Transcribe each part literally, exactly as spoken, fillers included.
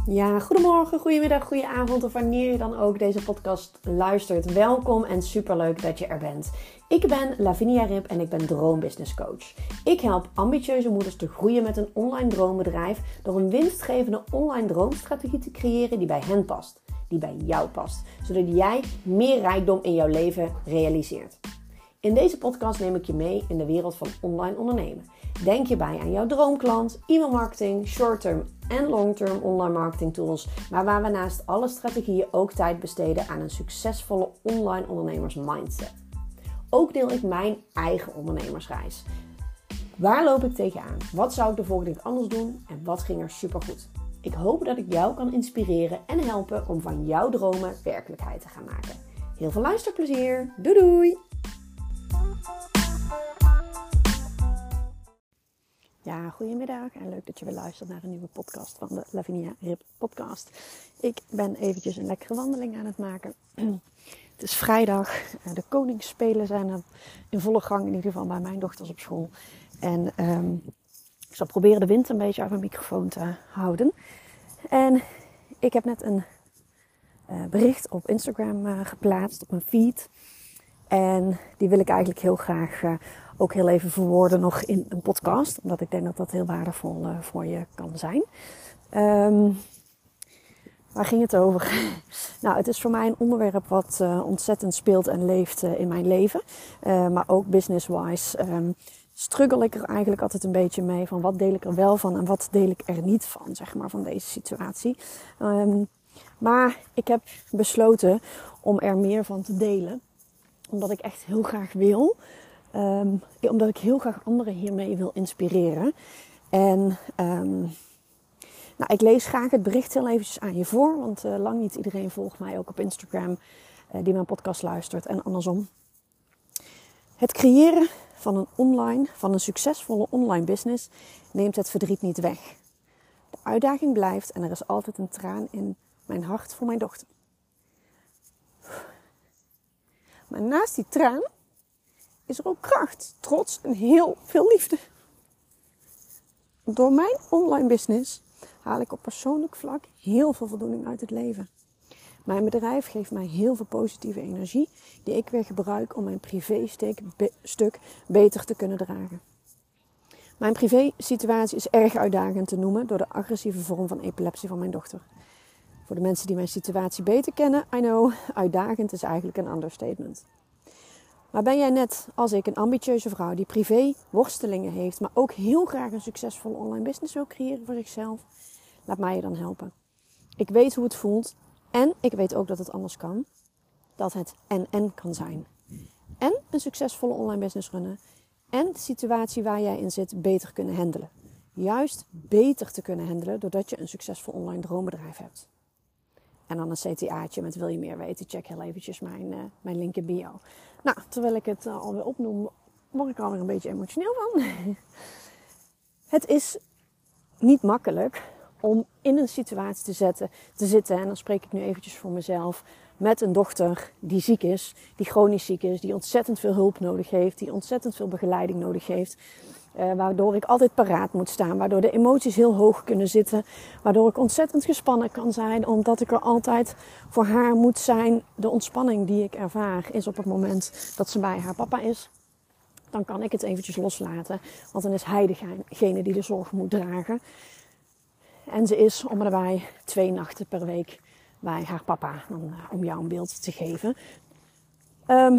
Ja, goedemorgen, goedemiddag, goedenavond of wanneer je dan ook deze podcast luistert. Welkom en superleuk dat je er bent. Ik ben Lavinia Rip en ik ben Droombusiness Coach. Ik help ambitieuze moeders te groeien met een online droombedrijf door een winstgevende online droomstrategie te creëren die bij hen past, die bij jou past, zodat jij meer rijkdom in jouw leven realiseert. In deze podcast neem ik je mee in de wereld van online ondernemen. Denk je bij aan jouw droomklant, e-mailmarketing, short-term en long-term online marketing tools, maar waar we naast alle strategieën ook tijd besteden aan een succesvolle online ondernemers mindset. Ook deel ik mijn eigen ondernemersreis. Waar loop ik tegenaan? Wat zou ik de volgende keer anders doen? En wat ging er supergoed? Ik hoop dat ik jou kan inspireren en helpen om van jouw dromen werkelijkheid te gaan maken. Heel veel luisterplezier. Doei doei! Ja, goedemiddag en leuk dat je weer luistert naar een nieuwe podcast van de Lavinia Rip podcast. Ik ben eventjes een lekkere wandeling aan het maken. Het is vrijdag, de koningsspelen zijn in volle gang, in ieder geval bij mijn dochters op school. En um, ik zal proberen de wind een beetje uit mijn microfoon te houden. En ik heb net een uh, bericht op Instagram uh, geplaatst, op mijn feed. En die wil ik eigenlijk heel graag uh, ook heel even verwoorden nog in een podcast. Omdat ik denk dat dat heel waardevol uh, voor je kan zijn. Um, waar ging het over? Nou, het is voor mij een onderwerp wat uh, ontzettend speelt en leeft uh, in mijn leven. Uh, maar ook business-wise um, struggle ik er eigenlijk altijd een beetje mee. Van wat deel ik er wel van en wat deel ik er niet van, zeg maar, van deze situatie. Um, maar ik heb besloten om er meer van te delen. Omdat ik echt heel graag wil. Um, omdat ik heel graag anderen hiermee wil inspireren. En um, nou, ik lees graag het bericht heel eventjes aan je voor. Want uh, lang niet iedereen volgt mij ook op Instagram. Uh, die mijn podcast luistert en andersom. Het creëren van een online, van een succesvolle online business neemt het verdriet niet weg. De uitdaging blijft en er is altijd een traan in mijn hart voor mijn dochter. Maar naast die traan is er ook kracht, trots en heel veel liefde. Door mijn online business haal ik op persoonlijk vlak heel veel voldoening uit het leven. Mijn bedrijf geeft mij heel veel positieve energie die ik weer gebruik om mijn privéstuk be- stuk beter te kunnen dragen. Mijn privé-situatie is erg uitdagend te noemen door de agressieve vorm van epilepsie van mijn dochter. Voor de mensen die mijn situatie beter kennen, I know, uitdagend is eigenlijk een understatement. Maar ben jij net als ik een ambitieuze vrouw die privé worstelingen heeft, maar ook heel graag een succesvolle online business wil creëren voor zichzelf? Laat mij je dan helpen. Ik weet hoe het voelt en ik weet ook dat het anders kan. Dat het en-en kan zijn. En een succesvolle online business runnen en de situatie waar jij in zit beter kunnen handelen. Juist beter te kunnen handelen doordat je een succesvol online droombedrijf hebt. En dan een C T A'tje met wil je meer weten, check heel eventjes mijn, uh, mijn link in bio. Nou, terwijl ik het uh, alweer opnoem, word ik er alweer een beetje emotioneel van. Het is niet makkelijk om in een situatie te, zetten, te zitten, en dan spreek ik nu eventjes voor mezelf, met een dochter die ziek is, die chronisch ziek is, die ontzettend veel hulp nodig heeft, die ontzettend veel begeleiding nodig heeft. Uh, waardoor ik altijd paraat moet staan. Waardoor de emoties heel hoog kunnen zitten. Waardoor ik ontzettend gespannen kan zijn. Omdat ik er altijd voor haar moet zijn. De ontspanning die ik ervaar is op het moment dat ze bij haar papa is. Dan kan ik het eventjes loslaten. Want dan is hij degene die de zorg moet dragen. En ze is om en nabij twee nachten per week bij haar papa. Dan, uh, om jou een beeld te geven. Um,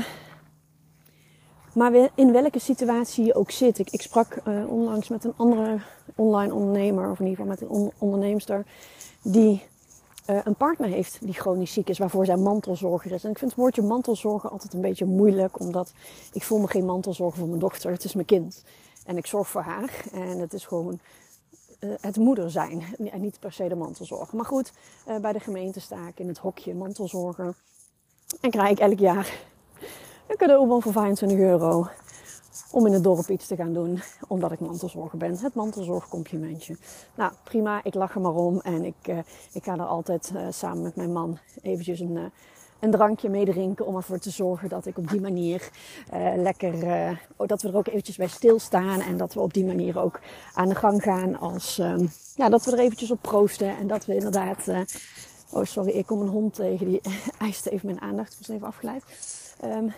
Maar in welke situatie je ook zit. Ik, ik sprak uh, onlangs met een andere online ondernemer. Of in ieder geval met een on- onderneemster. Die uh, een partner heeft die chronisch ziek is. Waarvoor zij mantelzorger is. En ik vind het woordje mantelzorger altijd een beetje moeilijk. Omdat ik voel me geen mantelzorger voor mijn dochter. Het is mijn kind. En ik zorg voor haar. En het is gewoon uh, het moeder zijn. En niet per se de mantelzorger. Maar goed, uh, bij de gemeente sta ik in het hokje mantelzorger. En krijg ik elk jaar een cadeaubon voor vijfentwintig euro om in het dorp iets te gaan doen, omdat ik mantelzorger ben. Het mantelzorgcomplimentje. Nou, prima, ik lach er maar om en ik, uh, ik ga er altijd uh, samen met mijn man eventjes een, uh, een drankje meedrinken om ervoor te zorgen dat ik op die manier uh, lekker, uh, dat we er ook eventjes bij stilstaan en dat we op die manier ook aan de gang gaan als, um, ja, dat we er eventjes op proosten en dat we inderdaad, uh, oh sorry, ik kom een hond tegen, die eiste even mijn aandacht, ik was even afgeleid. Um,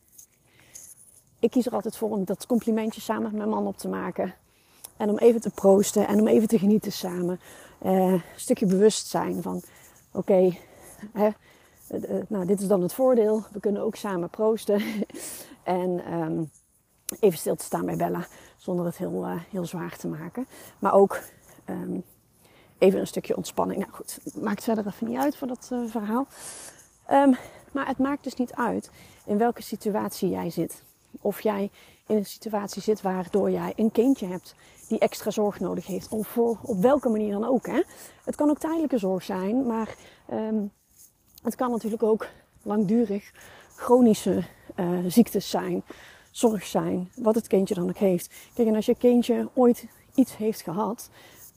ik kies er altijd voor om dat complimentje samen met mijn man op te maken en om even te proosten en om even te genieten samen. Uh, een stukje bewustzijn van, oké, okay, hè, uh, nou, dit is dan het voordeel. We kunnen ook samen proosten. en um, even stil te staan bij Bella, zonder het heel, uh, heel zwaar te maken. Maar ook um, even een stukje ontspanning. Nou goed, het maakt verder even niet uit voor dat uh, verhaal. Um, maar het maakt dus niet uit in welke situatie jij zit. Of jij in een situatie zit waardoor jij een kindje hebt die extra zorg nodig heeft. Of voor, op welke manier dan ook. Hè. Het kan ook tijdelijke zorg zijn, maar um, het kan natuurlijk ook langdurig chronische uh, ziektes zijn, zorg zijn, wat het kindje dan ook heeft. Kijk, en als je kindje ooit iets heeft gehad,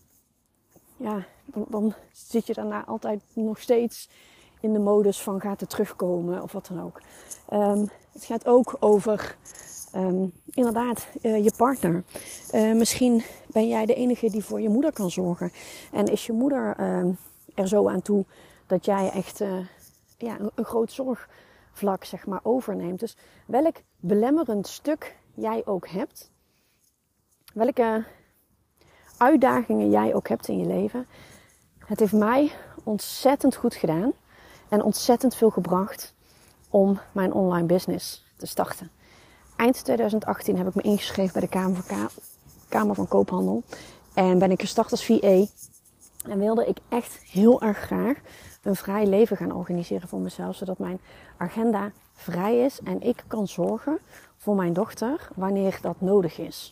ja, dan, dan zit je daarna altijd nog steeds in de modus van gaat het terugkomen of wat dan ook. Um, het gaat ook over um, inderdaad uh, je partner. Uh, misschien ben jij de enige die voor je moeder kan zorgen. En is je moeder uh, er zo aan toe dat jij echt uh, ja, een, een groot zorgvlak zeg maar, overneemt. Dus welk belemmerend stuk jij ook hebt, welke uitdagingen jij ook hebt in je leven. Het heeft mij ontzettend goed gedaan en ontzettend veel gebracht om mijn online business te starten. Eind twintig achttien heb ik me ingeschreven bij de Kamer van, Ka- Kamer van Koophandel. En ben ik gestart als V A. En wilde ik echt heel erg graag een vrij leven gaan organiseren voor mezelf. Zodat mijn agenda vrij is en ik kan zorgen voor mijn dochter wanneer dat nodig is.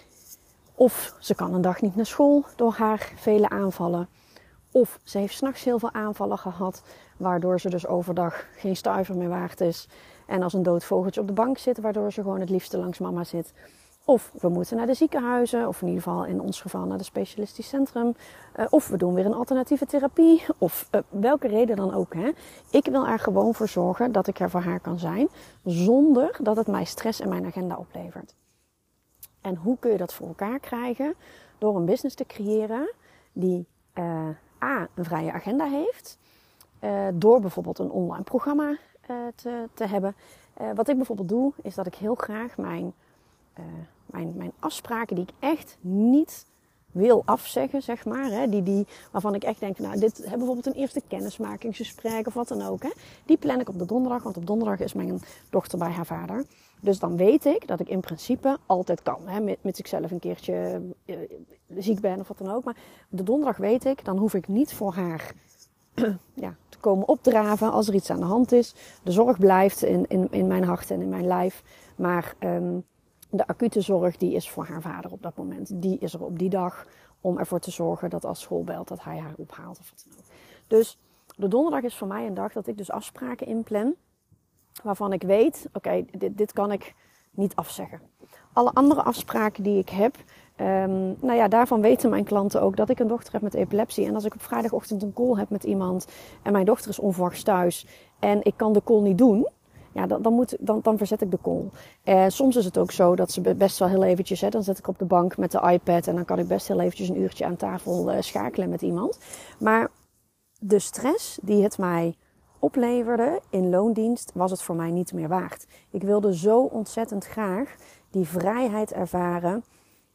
Of ze kan een dag niet naar school door haar vele aanvallen. Of ze heeft 's nachts heel veel aanvallen gehad, waardoor ze dus overdag geen stuiver meer waard is. En als een dood vogeltje op de bank zit, waardoor ze gewoon het liefste langs mama zit. Of we moeten naar de ziekenhuizen, of in ieder geval in ons geval naar de specialistisch centrum. Uh, of we doen weer een alternatieve therapie, of uh, welke reden dan ook. Hè. Ik wil er gewoon voor zorgen dat ik er voor haar kan zijn, zonder dat het mij stress in mijn agenda oplevert. En hoe kun je dat voor elkaar krijgen? Door een business te creëren die uh, A, een vrije agenda heeft. Uh, door bijvoorbeeld een online programma uh, te, te hebben. Uh, wat ik bijvoorbeeld doe, is dat ik heel graag mijn, uh, mijn, mijn afspraken die ik echt niet wil afzeggen, zeg maar. Hè, die, die, waarvan ik echt denk, nou, dit hè, bijvoorbeeld een eerste kennismakingsgesprek of wat dan ook. Hè, die plan ik op de donderdag, want op donderdag is mijn dochter bij haar vader. Dus dan weet ik dat ik in principe altijd kan. Hè, mits ik zelf een keertje uh, ziek ben of wat dan ook. Maar de donderdag weet ik, dan hoef ik niet voor haar ja, te komen opdraven als er iets aan de hand is. De zorg blijft in, in, in mijn hart en in mijn lijf. Maar um, de acute zorg die is voor haar vader op dat moment. Die is er op die dag om ervoor te zorgen dat als school belt dat hij haar ophaalt of wat dan ook. Dus de donderdag is voor mij een dag dat ik dus afspraken inplan. Waarvan ik weet, oké, okay, dit, dit kan ik niet afzeggen. Alle andere afspraken die ik heb, um, nou ja, daarvan weten mijn klanten ook dat ik een dochter heb met epilepsie. En als ik op vrijdagochtend een call heb met iemand en mijn dochter is onverwachts thuis en ik kan de call niet doen, ja, dan, dan, moet, dan, dan verzet ik de call. Uh, soms is het ook zo dat ze best wel heel eventjes, hè, dan zet ik op de bank met de iPad en dan kan ik best heel eventjes een uurtje aan tafel uh, schakelen met iemand. Maar de stress die het mij opleverde in loondienst, was het voor mij niet meer waard. Ik wilde zo ontzettend graag die vrijheid ervaren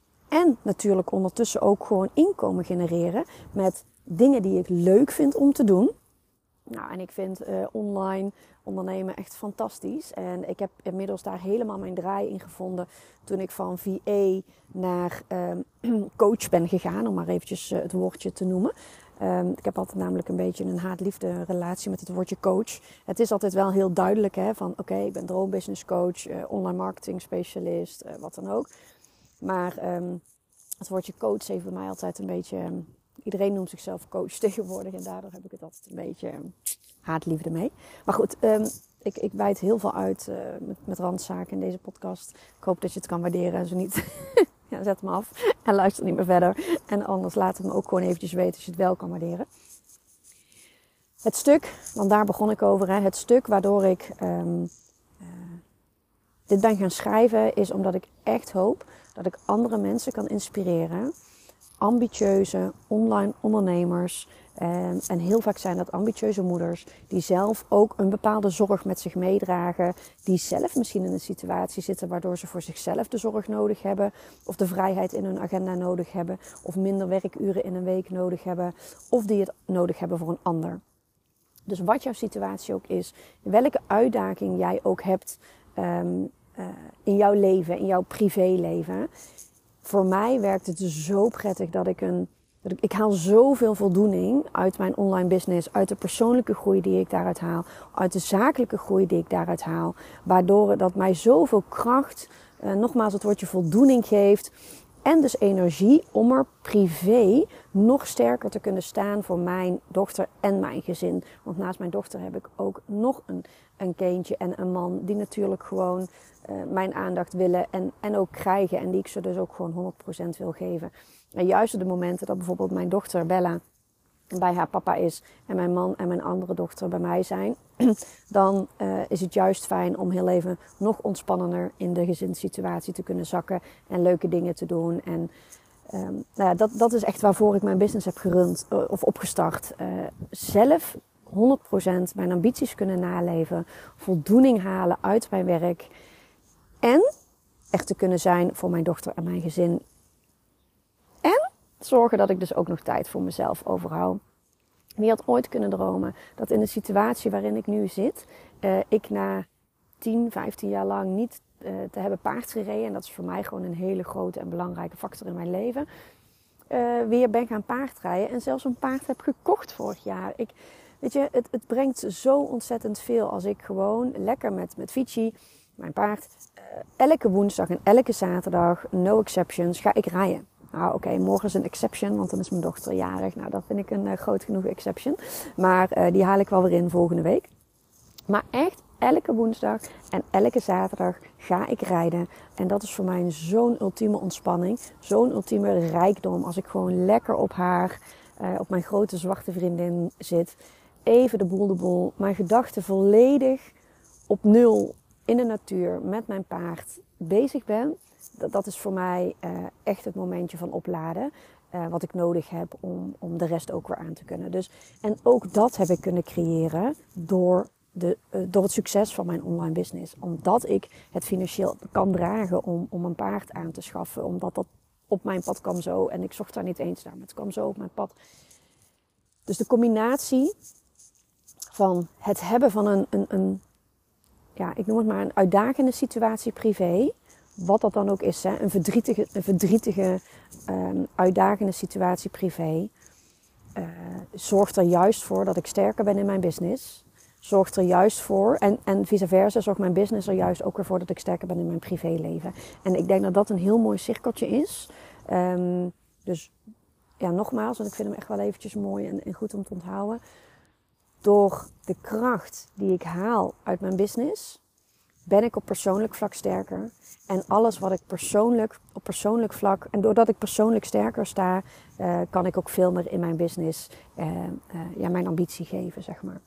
en natuurlijk ondertussen ook gewoon inkomen genereren met dingen die ik leuk vind om te doen. Nou, en ik vind uh, online ondernemen echt fantastisch. En ik heb inmiddels daar helemaal mijn draai in gevonden toen ik van V A naar uh, coach ben gegaan, om maar eventjes uh, het woordje te noemen. Um, ik heb altijd namelijk een beetje een haat-liefde relatie met het woordje coach. Het is altijd wel heel duidelijk, hè, van oké, okay, ik ben droombusiness coach, uh, online marketing specialist, uh, wat dan ook. Maar um, het woordje coach heeft bij mij altijd een beetje, um, iedereen noemt zichzelf coach tegenwoordig en daardoor heb ik het altijd een beetje um, haat-liefde mee. Maar goed, um, ik, ik wijd heel veel uit uh, met, met randzaken in deze podcast. Ik hoop dat je het kan waarderen en zo niet... Ja, zet hem af en luister niet meer verder. En anders laat het me ook gewoon eventjes weten als je het wel kan waarderen. Het stuk, want daar begon ik over, hè, het stuk waardoor ik um, uh, dit ben gaan schrijven is omdat ik echt hoop dat ik andere mensen kan inspireren. Ambitieuze online ondernemers. En, en heel vaak zijn dat ambitieuze moeders die zelf ook een bepaalde zorg met zich meedragen. Die zelf misschien in een situatie zitten waardoor ze voor zichzelf de zorg nodig hebben. Of de vrijheid in hun agenda nodig hebben. Of minder werkuren in een week nodig hebben. Of die het nodig hebben voor een ander. Dus wat jouw situatie ook is. Welke uitdaging jij ook hebt um, uh, in jouw leven, in jouw privéleven. Voor mij werkt het zo prettig dat ik een... Dat ik, ik haal zoveel voldoening uit mijn online business. Uit de persoonlijke groei die ik daaruit haal. Uit de zakelijke groei die ik daaruit haal. Waardoor dat mij zoveel kracht, uh, nogmaals het woordje voldoening geeft. En dus energie om er privé nog sterker te kunnen staan voor mijn dochter en mijn gezin. Want naast mijn dochter heb ik ook nog een, een kindje en een man die natuurlijk gewoon uh, mijn aandacht willen en, en ook krijgen. En die ik ze dus ook gewoon honderd procent wil geven. En juist op de momenten dat bijvoorbeeld mijn dochter Bella bij haar papa is en mijn man en mijn andere dochter bij mij zijn, dan uh, is het juist fijn om heel even nog ontspannender in de gezinssituatie te kunnen zakken en leuke dingen te doen. En um, nou ja, dat, dat is echt waarvoor ik mijn business heb gerund uh, of opgestart. Uh, zelf honderd procent mijn ambities kunnen naleven, voldoening halen uit mijn werk en echt te kunnen zijn voor mijn dochter en mijn gezin. En zorgen dat ik dus ook nog tijd voor mezelf overhoud. Wie had ooit kunnen dromen dat in de situatie waarin ik nu zit, uh, ik na tien, vijftien jaar lang niet uh, te hebben paard gereden. En dat is voor mij gewoon een hele grote en belangrijke factor in mijn leven. Uh, weer ben gaan paardrijden en zelfs een paard heb gekocht vorig jaar. Ik, weet je, het, het brengt zo ontzettend veel als ik gewoon lekker met, met Fici, mijn paard, uh, elke woensdag en elke zaterdag, no exceptions, ga ik rijden. Nou oké, okay, morgen is een exception, want dan is mijn dochter jarig. Nou, dat vind ik een uh, groot genoeg exception. Maar uh, die haal ik wel weer in volgende week. Maar echt, elke woensdag en elke zaterdag ga ik rijden. En dat is voor mij zo'n ultieme ontspanning. Zo'n ultieme rijkdom als ik gewoon lekker op haar, uh, op mijn grote zwarte vriendin zit. Even de boel de boel. Mijn gedachten volledig op nul in de natuur met mijn paard bezig ben. Dat, dat is voor mij uh, echt het momentje van opladen. Uh, wat ik nodig heb om, om de rest ook weer aan te kunnen. Dus, en ook dat heb ik kunnen creëren door, de, uh, door het succes van mijn online business. Omdat ik het financieel kan dragen om, om een paard aan te schaffen. Omdat dat op mijn pad kwam zo. En ik zocht daar niet eens naar, maar het kwam zo op mijn pad. Dus de combinatie van het hebben van een, een, een ja, ik noem het maar een uitdagende situatie privé. Wat dat dan ook is, hè? Een verdrietige, een verdrietige um, uitdagende situatie privé. Uh, zorgt er juist voor dat ik sterker ben in mijn business. Zorgt er juist voor, en, en vice versa, zorgt mijn business er juist ook weer voor dat ik sterker ben in mijn privéleven. En ik denk dat dat een heel mooi cirkeltje is. Um, dus ja, nogmaals, want ik vind hem echt wel eventjes mooi en, en goed om te onthouden. Door de kracht die ik haal uit mijn business, ben ik op persoonlijk vlak sterker. En alles wat ik persoonlijk, op persoonlijk vlak, en doordat ik persoonlijk sterker sta, uh, kan ik ook veel meer in mijn business uh, uh, ja, mijn ambitie geven, zeg maar.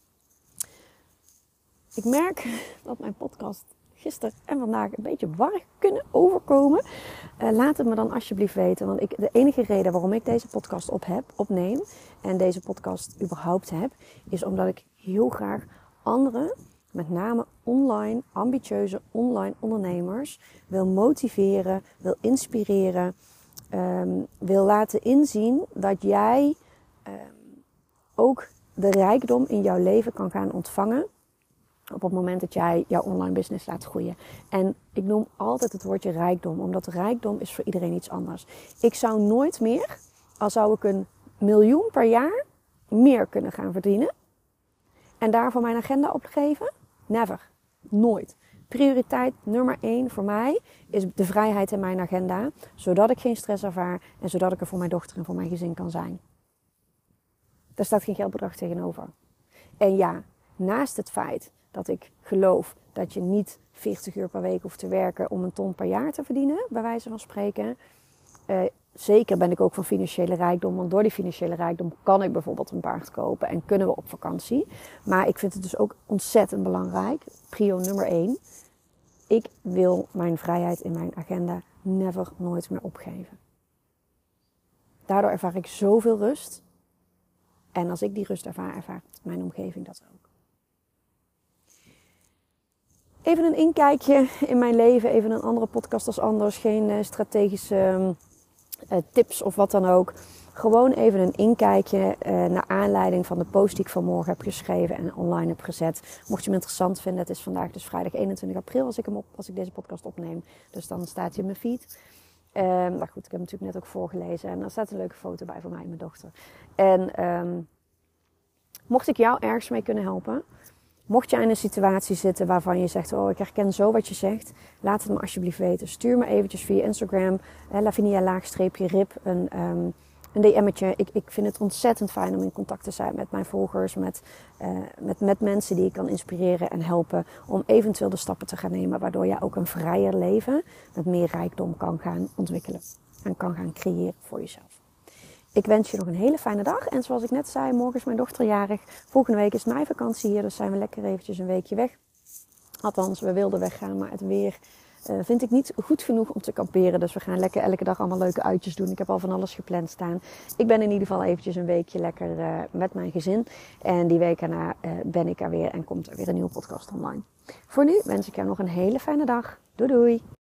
Ik merk dat mijn podcast gisteren en vandaag een beetje warrig kunnen overkomen. Uh, laat het me dan alsjeblieft weten. Want ik, de enige reden waarom ik deze podcast op heb, opneem en deze podcast überhaupt heb, is omdat ik heel graag anderen, met name online, ambitieuze online ondernemers, wil motiveren, wil inspireren, um, wil laten inzien dat jij um, ook de rijkdom in jouw leven kan gaan ontvangen op het moment dat jij jouw online business laat groeien. En ik noem altijd het woordje rijkdom, omdat rijkdom is voor iedereen iets anders. Ik zou nooit meer, al zou ik een miljoen per jaar meer kunnen gaan verdienen en daarvoor mijn agenda opgeven. Never. Nooit. Prioriteit nummer één voor mij is de vrijheid in mijn agenda. Zodat ik geen stress ervaar en zodat ik er voor mijn dochter en voor mijn gezin kan zijn. Daar staat geen geldbedrag tegenover. En ja, naast het feit dat ik geloof dat je niet veertig uur per week hoeft te werken om een ton per jaar te verdienen, bij wijze van spreken, uh, zeker ben ik ook van financiële rijkdom. Want door die financiële rijkdom kan ik bijvoorbeeld een paard kopen en kunnen we op vakantie. Maar ik vind het dus ook ontzettend belangrijk. Prio nummer één. Ik wil mijn vrijheid in mijn agenda never, nooit meer opgeven. Daardoor ervaar ik zoveel rust. En als ik die rust ervaar, ervaart mijn omgeving dat ook. Even een inkijkje in mijn leven. Even een andere podcast als anders. Geen uh, strategische uh, tips of wat dan ook. Gewoon even een inkijkje uh, naar aanleiding van de post die ik vanmorgen heb geschreven en online heb gezet. Mocht je hem interessant vinden, het is vandaag dus vrijdag eenentwintig april als ik, hem op, als ik deze podcast opneem. Dus dan staat hij in mijn feed. Um, maar goed, ik heb hem natuurlijk net ook voorgelezen. En daar staat een leuke foto bij van mij en mijn dochter. En um, mocht ik jou ergens mee kunnen helpen. Mocht jij in een situatie zitten waarvan je zegt, oh ik herken zo wat je zegt. Laat het me alsjeblieft weten. Stuur me eventjes via Instagram, eh, Lavinia laagstreepje rip, een, um, een D M'tje. Ik, ik vind het ontzettend fijn om in contact te zijn met mijn volgers. Met, uh, met, met mensen die ik kan inspireren en helpen. Om eventueel de stappen te gaan nemen. Waardoor jij ook een vrijer leven met meer rijkdom kan gaan ontwikkelen. En kan gaan creëren voor jezelf. Ik wens je nog een hele fijne dag. En zoals ik net zei, morgen is mijn dochter jarig. Volgende week is mijn vakantie hier. Dus zijn we lekker eventjes een weekje weg. Althans, we wilden weggaan. Maar het weer uh, vind ik niet goed genoeg om te kamperen. Dus we gaan lekker elke dag allemaal leuke uitjes doen. Ik heb al van alles gepland staan. Ik ben in ieder geval eventjes een weekje lekker uh, met mijn gezin. En die week daarna uh, ben ik er weer en komt er weer een nieuwe podcast online. Voor nu wens ik jou nog een hele fijne dag. Doei doei!